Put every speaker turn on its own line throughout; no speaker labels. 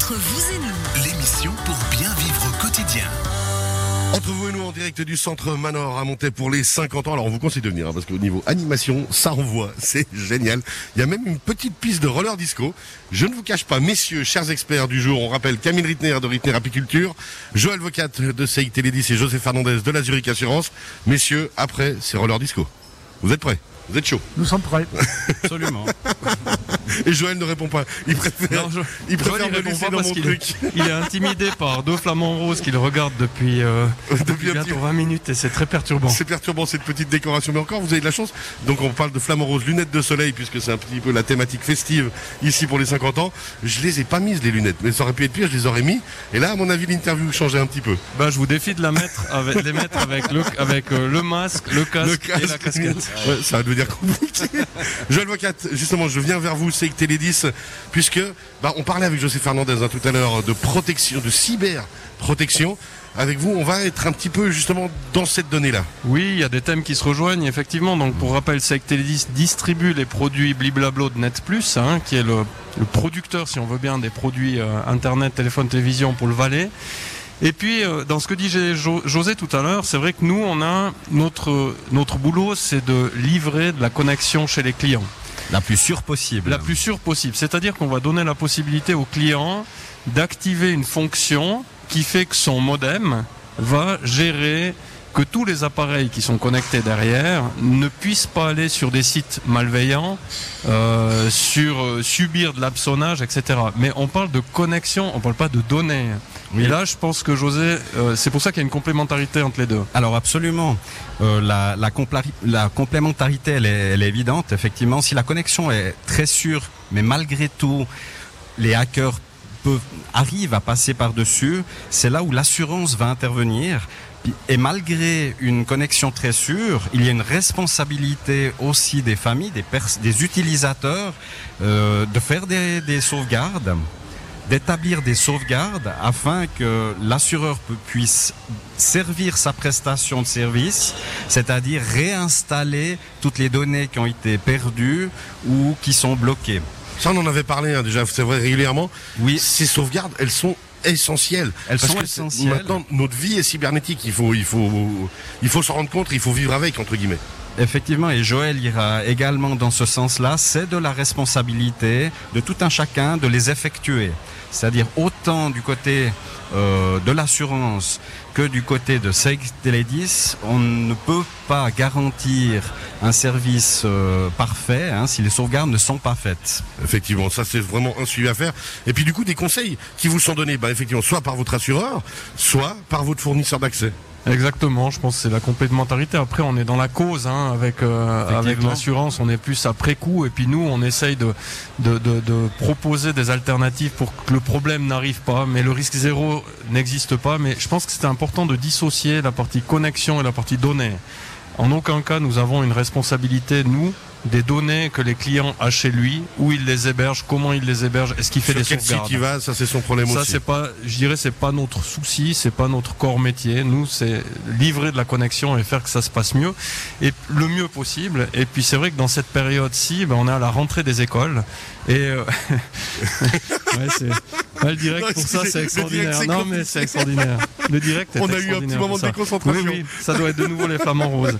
Entre vous et nous,
l'émission pour bien vivre au quotidien.
Entre vous et nous en direct du centre Manor à Montaix pour les 50 ans. Alors on vous conseille de venir parce qu'au niveau animation, ça envoie, c'est génial. Il y a même une petite piste de roller disco. Je ne vous cache pas, messieurs, chers experts du jour, on rappelle Camille Rittner de Rittner Apiculture, Joël Vocat de CIC Télédis et José Fernandez de la Zurich Assurance. Messieurs, après c'est roller disco. Vous êtes prêts ? Vous êtes chaud?
Nous sommes prêts.
Absolument.
Et Joël ne répond pas. Il préfère me laisser dans mon truc.
Il est intimidé par deux flamants roses qu'il regarde depuis bientôt 20 minutes et c'est très perturbant.
C'est perturbant cette petite décoration. Mais encore, vous avez de la chance. Donc on parle de flamants roses, lunettes de soleil, puisque c'est un petit peu la thématique festive ici pour les 50 ans. Je les ai pas mises les lunettes, mais ça aurait pu être pire, je les aurais mis. Et là, à mon avis, l'interview changeait un petit peu.
Bah, je vous défie de les mettre avec le masque, le casque et la casquette.
Ouais, ça va devenir compliqué. Joël Vocat, justement, je viens vers vous, CIC Télédis, puisque on parlait avec José Fernandez tout à l'heure de protection, de cyber-protection. Avec vous, on va être un petit peu justement dans cette donnée-là.
Oui, il y a des thèmes qui se rejoignent, effectivement. Donc, pour rappel, CIC Télédis distribue les produits Bliblablo de Net+, qui est le producteur, si on veut bien, des produits Internet, téléphone, télévision pour le Valais. Et puis, dans ce que dit José tout à l'heure, c'est vrai que nous, on a notre boulot, c'est de livrer de la connexion chez les clients.
La plus sûre possible.
La plus sûre possible. C'est-à-dire qu'on va donner la possibilité au client d'activer une fonction qui fait que son modem va gérer que tous les appareils qui sont connectés derrière ne puissent pas aller sur des sites malveillants, subir de l'hameçonnage, etc. Mais on parle de connexion, on parle pas de données. Oui. Et là, je pense que José, c'est pour ça qu'il y a une complémentarité entre les deux.
Alors absolument, la complémentarité, elle est évidente. Effectivement, si la connexion est très sûre, mais malgré tout, les hackers arrivent à passer par-dessus, c'est là où l'assurance va intervenir. Et malgré une connexion très sûre, il y a une responsabilité aussi des familles, des utilisateurs, de faire des sauvegardes, d'établir des sauvegardes afin que l'assureur puisse servir sa prestation de service, c'est-à-dire réinstaller toutes les données qui ont été perdues ou qui sont bloquées.
Ça, on en avait parlé déjà, c'est vrai, régulièrement.
Oui.
Ces sauvegardes, elles sont essentielles.
Elles sont essentielles.
Maintenant, notre vie est cybernétique. Il faut se rendre compte, il faut vivre avec, entre guillemets.
Effectivement, et Joël ira également dans ce sens-là. C'est de la responsabilité de tout un chacun de les effectuer. C'est-à-dire autant du côté de l'assurance que du côté de CIC Télédis, on ne peut pas garantir un service parfait si les sauvegardes ne sont pas faites.
Effectivement, ça c'est vraiment un suivi à faire. Et puis du coup, des conseils qui vous sont donnés, effectivement, soit par votre assureur, soit par votre fournisseur d'accès.
Exactement, je pense que c'est la complémentarité. Après, on est dans la cause avec l'assurance, on est plus après coup. Et puis nous, on essaye de proposer des alternatives pour que le problème n'arrive pas. Mais le risque zéro n'existe pas. Mais je pense que c'était important de dissocier la partie connexion et la partie données. En aucun cas, nous avons une responsabilité, nous, des données que les clients ont chez lui, où il les héberge, comment il les héberge, est-ce qu'il fait des sauvegardes.
Sur quel site il va, ça c'est son problème aussi.
Ça c'est pas, je dirais, c'est pas notre souci, c'est pas notre corps métier. Nous, c'est livrer de la connexion et faire que ça se passe mieux et le mieux possible. Et puis c'est vrai que dans cette période-ci, on est à la rentrée des écoles et le direct pour ça c'est extraordinaire. Non mais c'est extraordinaire. Le direct est extraordinaire.
On a eu un petit moment de déconcentration.
Oui, ça doit être de nouveau les flamants roses.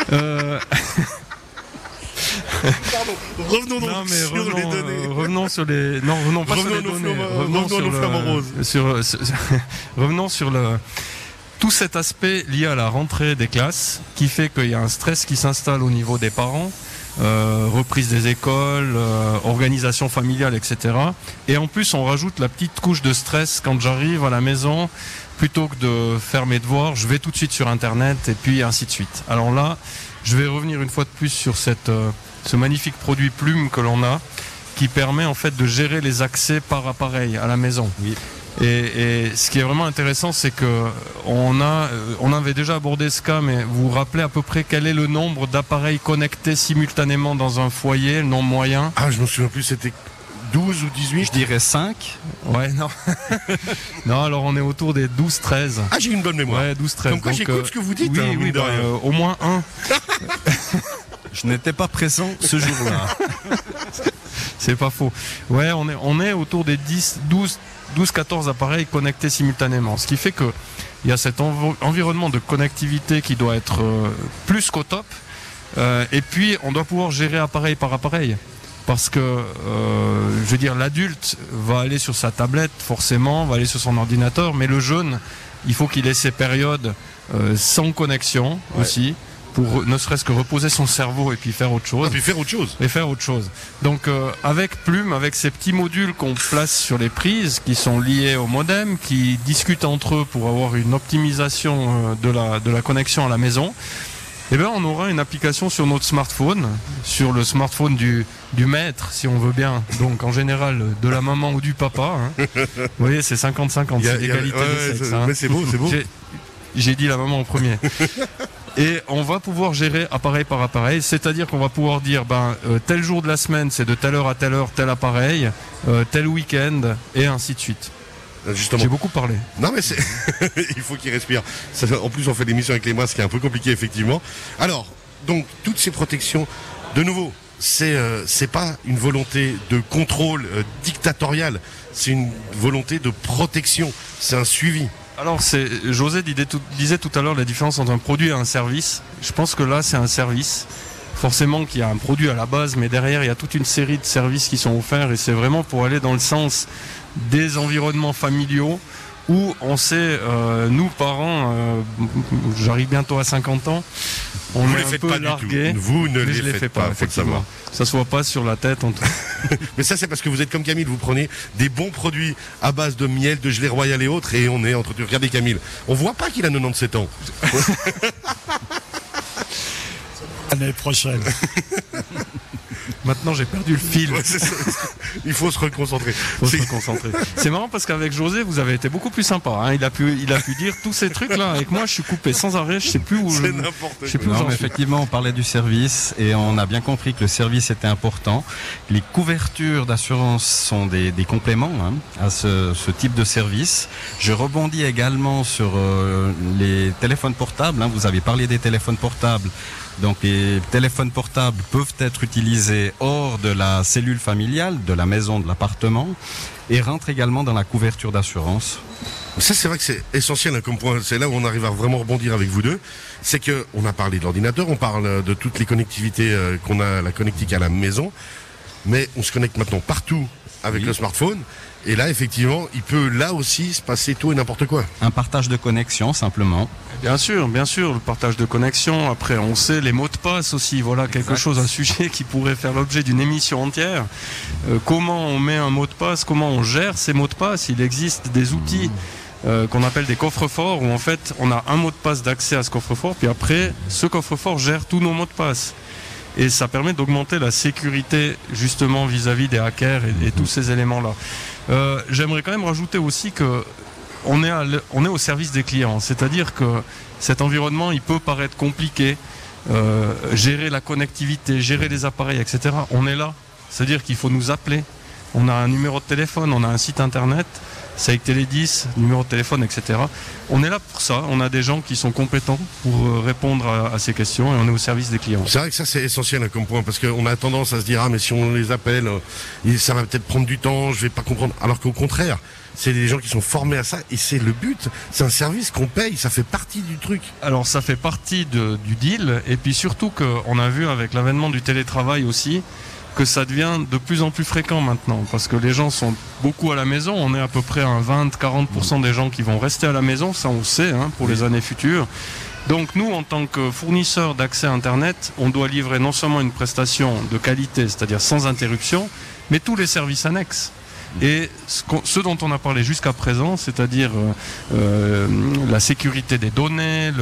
Pardon, revenons donc sur les données.
Revenons sur les... Non, revenons pas sur les données.
Revenons sur le flamant rose.
Revenons sur tout cet aspect lié à la rentrée des classes qui fait qu'il y a un stress qui s'installe au niveau des parents, reprise des écoles, organisation familiale, etc. Et en plus, on rajoute la petite couche de stress quand j'arrive à la maison. Plutôt que de faire mes devoirs, je vais tout de suite sur Internet et puis ainsi de suite. Alors là, je vais revenir une fois de plus sur ce magnifique produit Plume que l'on a, qui permet en fait de gérer les accès par appareil à la maison.
Oui.
Et ce qui est vraiment intéressant, c'est que on avait déjà abordé ce cas, mais vous vous rappelez à peu près quel est le nombre d'appareils connectés simultanément dans un foyer, le nombre moyen?
Ah, je me souviens plus, c'était 12 ou 18?
Je dirais 5.
Ouais, non. Non, alors on est autour des 12-13.
Ah, j'ai une bonne mémoire.
Ouais, 12-13.
Comme quoi, j'écoute ce que vous dites.
Oui, au moins un.
Je n'étais pas présent ce jour-là.
C'est pas faux. Ouais, on est autour des 12-14 appareils connectés simultanément. Ce qui fait que il y a cet environnement de connectivité qui doit être plus qu'au top. Et puis, on doit pouvoir gérer appareil par appareil. Parce que, je veux dire, l'adulte va aller sur sa tablette, forcément, va aller sur son ordinateur, mais le jeune, il faut qu'il ait ses périodes sans connexion aussi, pour ne serait-ce que reposer son cerveau et puis faire autre chose.
Et faire autre chose.
Donc, avec Plume, avec ces petits modules qu'on place sur les prises, qui sont liés au modem, qui discutent entre eux pour avoir une optimisation de la connexion à la maison, eh bien, on aura une application sur notre smartphone, sur le smartphone du maître, si on veut bien. Donc, en général, de la maman ou du papa. Hein. Vous voyez, c'est 50-50, c'est l'égalité de sexe. Hein.
Mais c'est beau.
J'ai dit la maman en premier. Et on va pouvoir gérer appareil par appareil, c'est-à-dire qu'on va pouvoir dire, tel jour de la semaine, c'est de telle heure à telle heure, tel appareil, tel week-end, et ainsi de suite.
Justement.
J'ai beaucoup parlé.
Non mais il faut qu'il respire. En plus on fait l'émission avec les masques, qui est un peu compliqué effectivement. Alors, donc toutes ces protections, de nouveau, c'est pas une volonté de contrôle dictatorial, c'est une volonté de protection, c'est un suivi.
Alors José disait tout à l'heure la différence entre un produit et un service. Je pense que là c'est un service. Forcément qu'il y a un produit à la base, mais derrière il y a toute une série de services qui sont offerts et c'est vraiment pour aller dans le sens des environnements familiaux où on sait, nous parents, j'arrive bientôt à 50 ans, on
vous
est un peu largués.
Vous ne
mais je
les faites pas, faut le savoir.
Ça se voit pas sur la tête en tout cas.
Mais ça c'est parce que vous êtes comme Camille, vous prenez des bons produits à base de miel, de gelée royale et autres, et on est entre... Regardez Camille, on voit pas qu'il a 97 ans.
L'année prochaine.
Maintenant j'ai perdu le fil.
Ouais, il faut se reconcentrer.
C'est marrant parce qu'avec José vous avez été beaucoup plus sympa. Hein. Il a pu dire tous ces trucs là. Avec moi je suis coupé sans arrêt. Je sais plus où.
C'est n'importe quoi.
Non, mais effectivement on parlait du service et on a bien compris que le service était important. Les couvertures d'assurance sont des compléments à ce type de service. Je rebondis également sur les téléphones portables. Vous avez parlé des téléphones portables. Donc les téléphones portables peuvent être utilisés hors de la cellule familiale, de la maison, de l'appartement, et rentrent également dans la couverture d'assurance.
Ça c'est vrai que c'est essentiel comme point, c'est là où on arrive à vraiment rebondir avec vous deux, c'est que on a parlé de l'ordinateur, on parle de toutes les connectivités qu'on a, la connectique à la maison, mais on se connecte maintenant partout avec le smartphone. Et là, effectivement, il peut là aussi se passer tout et n'importe quoi.
Un partage de connexion, simplement.
Bien sûr, le partage de connexion. Après, on sait les mots de passe aussi. Voilà quelque chose, un sujet qui pourrait faire l'objet d'une émission entière. Comment on met un mot de passe, comment on gère ces mots de passe. Il existe des outils qu'on appelle des coffres-forts, où en fait, on a un mot de passe d'accès à ce coffre-fort, puis après, ce coffre-fort gère tous nos mots de passe. Et ça permet d'augmenter la sécurité justement vis-à-vis des hackers et tous ces éléments-là. J'aimerais quand même rajouter aussi que on est au service des clients, c'est-à-dire que cet environnement il peut paraître compliqué, gérer la connectivité, gérer les appareils, etc. On est là, c'est-à-dire qu'il faut nous appeler. On a un numéro de téléphone, on a un site internet, c'est avec Télé10, numéro de téléphone, etc. On est là pour ça, on a des gens qui sont compétents pour répondre à ces questions et on est au service des clients.
C'est vrai que ça c'est essentiel comme point, parce qu'on a tendance à se dire, mais si on les appelle, ça va peut-être prendre du temps, je vais pas comprendre. Alors qu'au contraire, c'est des gens qui sont formés à ça et c'est le but, c'est un service qu'on paye, ça fait partie du truc.
Alors ça fait partie du deal, et puis surtout qu'on a vu avec l'avènement du télétravail aussi, que ça devient de plus en plus fréquent maintenant, parce que les gens sont beaucoup à la maison, on est à peu près à 20-40% des gens qui vont rester à la maison, ça on le sait, pour les années futures. Donc nous, en tant que fournisseur d'accès à Internet, on doit livrer non seulement une prestation de qualité, c'est-à-dire sans interruption, mais tous les services annexes. Et ce dont on a parlé jusqu'à présent, c'est-à-dire la sécurité des données,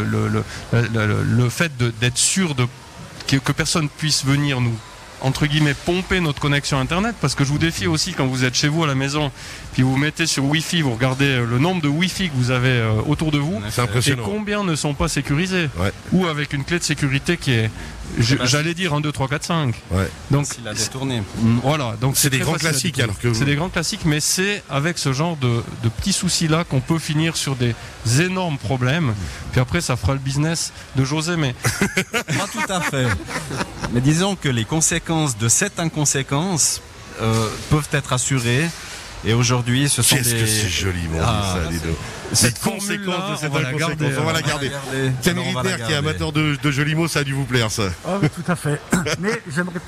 le fait d'être sûr que personne puisse venir nous, entre guillemets, pomper notre connexion Internet, parce que je vous défie aussi quand vous êtes chez vous à la maison, puis vous mettez sur Wi-Fi, vous regardez le nombre de Wi-Fi que vous avez autour de vous,
c'est impressionnant.
Et combien ne sont pas sécurisés, ou avec une clé de sécurité qui est, j'allais dire 1, 2, 3, 4, 5.
Ouais.
Donc
il a détourné.
Voilà, donc
c'est des grands classiques alors que
c'est des grands classiques, mais c'est avec ce genre de petits soucis là qu'on peut finir sur des énormes problèmes. Puis après ça fera le business de José, mais
pas tout à fait. Mais disons que les conséquences de cette inconséquence peuvent être assurées. Et aujourd'hui, ce sont
Qu'est-ce que c'est joli, mon Dieu, ça, dis donc. Cette conséquence de cette inconséquence, on va la garder. C'est militaire qui est amateur de jolis mots, ça a dû vous plaire, ça.
Ah oui, tout à fait. Mais j'aimerais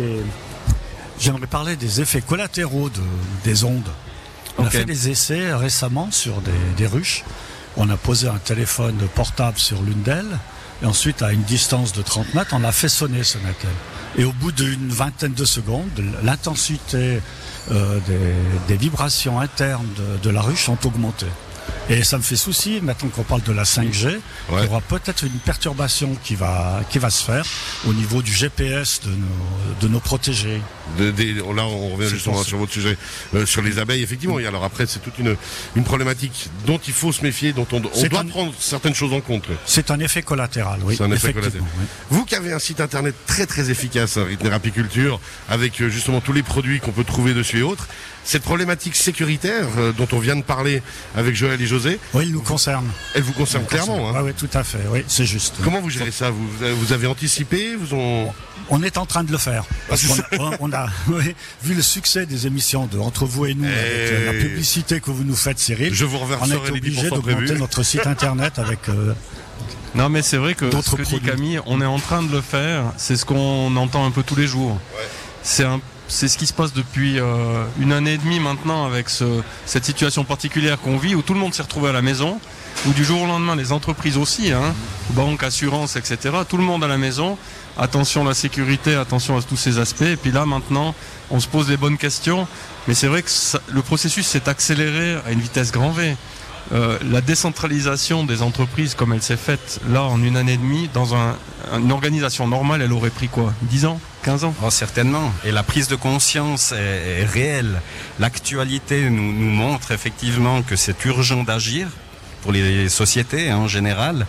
parler des effets collatéraux des ondes. On a fait des essais récemment sur des ruches. On a posé un téléphone portable sur l'une d'elles. Et ensuite, à une distance de 30 mètres, on a fait sonner ce sonnette-elle. Et au bout d'une vingtaine de secondes, l'intensité des vibrations internes de la ruche ont augmenté. Et ça me fait souci, maintenant qu'on parle de la 5G, il y aura peut-être une perturbation qui va se faire au niveau du GPS de nos protégés.
Là, on revient justement sur votre sujet, sur les abeilles, effectivement. Et alors après, c'est toute une problématique dont il faut se méfier, dont on doit prendre certaines choses en compte.
C'est un effet collatéral, oui.
C'est un effet collatéral.
Oui.
Vous qui avez un site internet très très efficace, Ritner Apiculture, avec justement tous les produits qu'on peut trouver dessus et autres, cette problématique sécuritaire dont on vient de parler avec Joël et José,
oui, elle nous concerne.
Elle vous concerne clairement.
Oui, tout à fait. Oui, c'est juste.
Comment vous gérez ça? Vous avez anticipé?
On est en train de le faire. Parce qu'on a vu le succès des émissions de Entre vous et nous, avec la publicité que vous nous faites, Cyril.
Je vous reverserai
on est obligé d'augmenter notre site internet avec.
Non, mais c'est vrai que ce que dit Camille, on est en train de le faire. C'est ce qu'on entend un peu tous les jours. Ouais. C'est ce qui se passe depuis une année et demie maintenant avec cette situation particulière qu'on vit où tout le monde s'est retrouvé à la maison, où du jour au lendemain les entreprises aussi, banques, assurances, etc. Tout le monde à la maison. Attention à la sécurité, attention à tous ces aspects. Et puis là maintenant, on se pose les bonnes questions. Mais c'est vrai que le processus s'est accéléré à une vitesse grand V. La décentralisation des entreprises comme elle s'est faite là en une année et demie, dans une organisation normale, elle aurait pris quoi, 10 ans, 15 ans?
Oh, certainement. Et la prise de conscience est réelle. L'actualité nous montre effectivement que c'est urgent d'agir pour les sociétés en général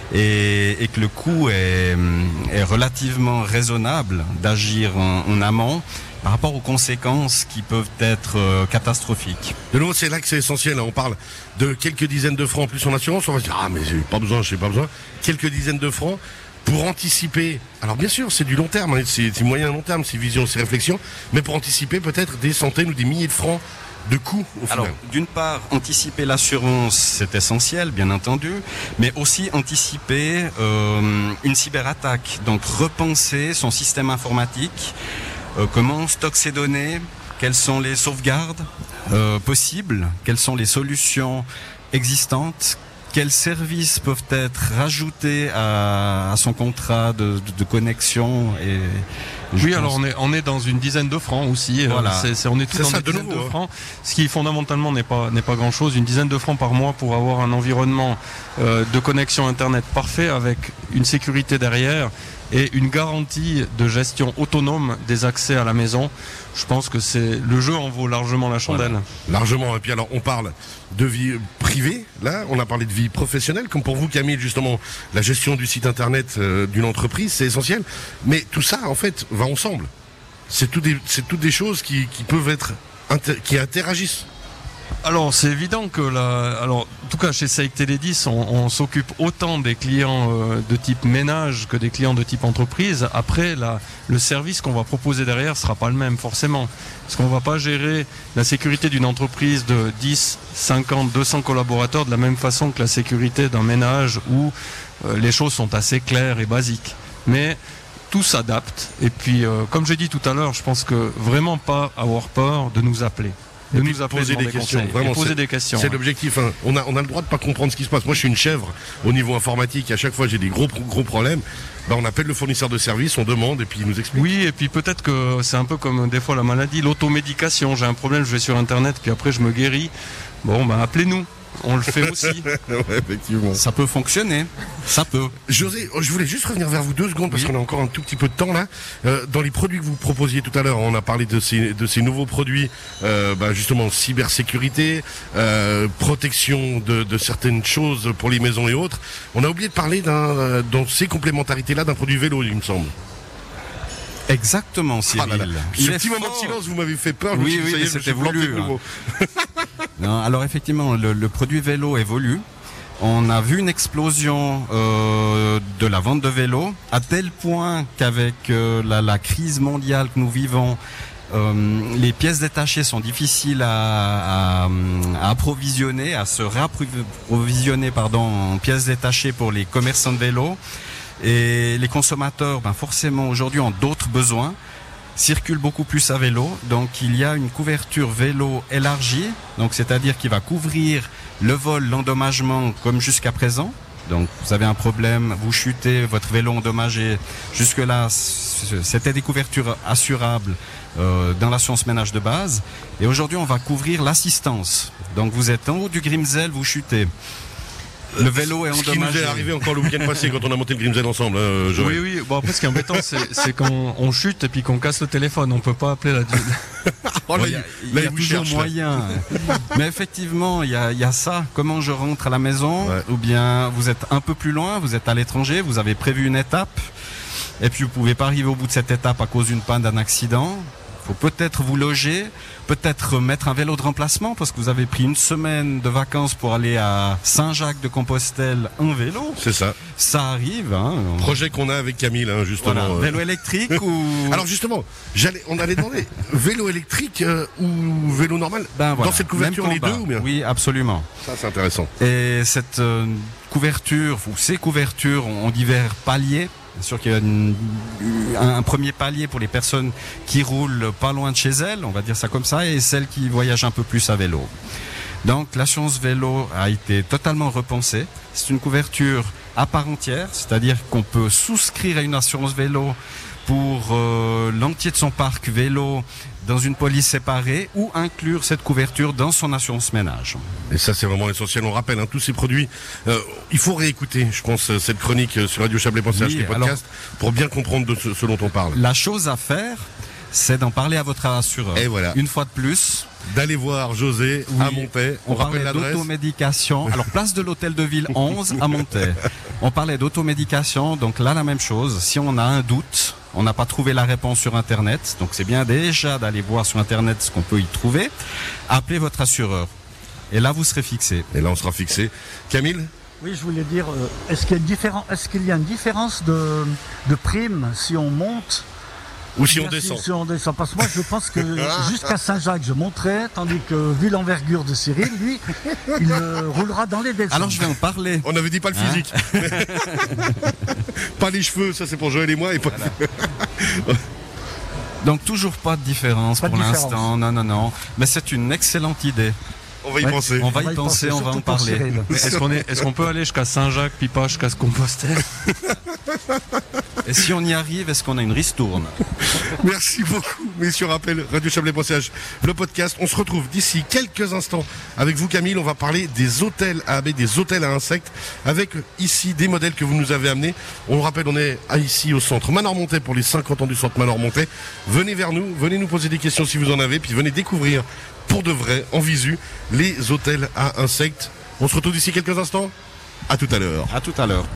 et que le coût est relativement raisonnable d'agir en amont par rapport aux conséquences qui peuvent être catastrophiques.
De nouveau, c'est là que c'est essentiel. On parle de quelques dizaines de francs plus en assurance. On va se dire, mais j'ai pas besoin. Quelques dizaines de francs pour anticiper. Alors bien sûr, c'est du long terme, c'est moyen long terme, c'est vision, c'est réflexion. Mais pour anticiper peut-être des centaines ou des milliers de francs de coûts au final.
Alors, d'une part, anticiper l'assurance, c'est essentiel, bien entendu, mais aussi anticiper une cyberattaque. Donc repenser son système informatique. Comment on stocke ces données, quelles sont les sauvegardes possibles, quelles sont les solutions existantes, quels services peuvent être rajoutés à son contrat de connexion et
oui, alors on est dans une dizaine de francs aussi.
Voilà.
On est tous dans une dizaine de francs. Ce qui fondamentalement n'est pas grand chose. Une dizaine de francs par mois pour avoir un environnement de connexion internet parfait avec une sécurité derrière et une garantie de gestion autonome des accès à la maison. Je pense que le jeu en vaut largement la chandelle.
Voilà. Largement. Et puis alors on parle de vie privée, là, on a parlé de vie professionnelle, comme pour vous Camille, justement, la gestion du site internet d'une entreprise, c'est essentiel. Mais tout ça, en fait, va ensemble. C'est toutes des choses qui peuvent être, qui interagissent.
Alors c'est évident que en tout cas chez Saïc Télédis, on s'occupe autant des clients de type ménage que des clients de type entreprise. Après, le service qu'on va proposer derrière sera pas le même forcément, parce qu'on va pas gérer la sécurité d'une entreprise de 10, 50, 200 collaborateurs de la même façon que la sécurité d'un ménage où les choses sont assez claires et basiques. Mais tout s'adapte. Et puis, comme j'ai dit tout à l'heure, je pense que vraiment pas avoir peur de nous appeler. De nous appeler,
poser des questions,
vraiment, poser des questions.
C'est l'objectif. On a le droit de pas comprendre ce qui se passe. Moi, je suis une chèvre au niveau informatique. À chaque fois, j'ai des gros problèmes. On appelle le fournisseur de service, on demande et puis il nous explique.
Oui, et puis peut-être que c'est un peu comme des fois la maladie, l'automédication. J'ai un problème, je vais sur Internet, puis après je me guéris. Appelez-nous. On le fait aussi.
Ouais, effectivement.
Ça peut fonctionner. Ça peut.
José, je voulais juste revenir vers vous 2 secondes parce qu'on a encore un tout petit peu de temps là. Dans les produits que vous proposiez tout à l'heure, on a parlé de ces nouveaux produits, justement cybersécurité, protection de certaines choses pour les maisons et autres. On a oublié de parler dans ces complémentarités-là d'un produit vélo, il me semble.
Exactement, Cyril.
Ce petit moment de silence, vous m'avez fait peur.
Oui, c'était voulu. Non, alors effectivement, le produit vélo évolue. On a vu une explosion de la vente de vélos, à tel point qu'avec la crise mondiale que nous vivons Les pièces détachées sont difficiles à approvisionner, à se réapprovisionner en pièces détachées pour les commerçants de vélos. Et les consommateurs, forcément aujourd'hui ont d'autres besoins, circulent beaucoup plus à vélo. Donc il y a une couverture vélo élargie, donc c'est-à-dire qui va couvrir le vol, l'endommagement comme jusqu'à présent. Donc vous avez un problème, vous chutez, votre vélo endommagé. Jusque-là, c'était des couvertures assurables dans l'assurance ménage de base. Et aujourd'hui, on va couvrir l'assistance. Donc vous êtes en haut du Grimsel, vous chutez. Le vélo est endommagé.
Ce qui nous est arrivé encore le week-end passé quand on a monté le Grimsel ensemble.
Oui. Bon, après, ce qui est embêtant, c'est quand on chute et puis qu'on casse le téléphone. On peut pas appeler la...
Il y a toujours moyen. Mais effectivement, il y a ça. Comment je rentre à la maison? Ou bien vous êtes un peu plus loin, vous êtes à l'étranger, vous avez prévu une étape. Et puis vous pouvez pas arriver au bout de cette étape à cause d'une panne, d'un accident. Faut peut-être vous loger, peut-être mettre un vélo de remplacement parce que vous avez pris une semaine de vacances pour aller à Saint-Jacques-de-Compostelle en vélo.
C'est ça.
Ça arrive.
Projet qu'on a avec Camille, justement.
Voilà. Vélo électrique ou...
Alors justement, on allait demander vélo électrique ou vélo normal dans cette couverture, les deux ou bien?
Oui, absolument.
Ça, c'est intéressant.
Et cette couverture, ou ces couvertures ont divers paliers. Bien sûr qu'il y a un premier palier pour les personnes qui roulent pas loin de chez elles, on va dire ça comme ça, et celles qui voyagent un peu plus à vélo. Donc l'assurance vélo a été totalement repensée. C'est une couverture à part entière, c'est-à-dire qu'on peut souscrire à une assurance vélo pour l'entier de son parc vélo dans une police séparée ou inclure cette couverture dans son assurance ménage.
Et ça, c'est vraiment essentiel. On rappelle, tous ces produits, il faut réécouter, je pense, cette chronique sur radiochablais.ch, les podcasts, pour bien comprendre de ce dont on parle.
La chose à faire, c'est d'en parler à votre assureur.
Et voilà.
Une fois de plus.
D'aller voir José à Montaix.
On parlait d'automédication. Alors, place de l'hôtel de ville 11 à Montaix. On parlait d'automédication. Donc là, la même chose. Si on a un doute, on n'a pas trouvé la réponse sur Internet. Donc, c'est bien déjà d'aller voir sur Internet ce qu'on peut y trouver. Appelez votre assureur. Et là, vous serez fixé.
Et là, on sera fixé. Camille ?
Oui, je voulais dire, est-ce qu'il y a une différence de prime si on monte
ou si on descend?
Si on descend. Parce que moi, je pense que jusqu'à Saint-Jacques, je monterai, tandis que, vu l'envergure de Cyril, lui, il roulera dans les descentes.
Alors, je vais en parler.
On n'avait dit pas le physique. Pas les cheveux, ça c'est pour Joël et moi. Et pas...
Voilà. Donc, toujours pas de différence pour l'instant. Non. Mais c'est une excellente idée.
On va y penser.
On va y penser, on va en parler.
Est-ce qu'on peut aller jusqu'à Saint-Jacques, puis pas jusqu'à Compostelle?
Et si on y arrive, est-ce qu'on a une ristourne?
Merci beaucoup, messieurs. Rappel, radiochablais.ch, le podcast. On se retrouve d'ici quelques instants avec vous, Camille. On va parler des hôtels à abeilles, des hôtels à insectes, avec ici des modèles que vous nous avez amenés. On le rappelle, on est ici au centre Manor-Montaix pour les 50 ans du centre Manor-Montaix. Venez vers nous, venez nous poser des questions si vous en avez, puis venez découvrir pour de vrai, en visu, les hôtels à insectes. On se retrouve d'ici quelques instants. À tout à l'heure.
À tout à l'heure.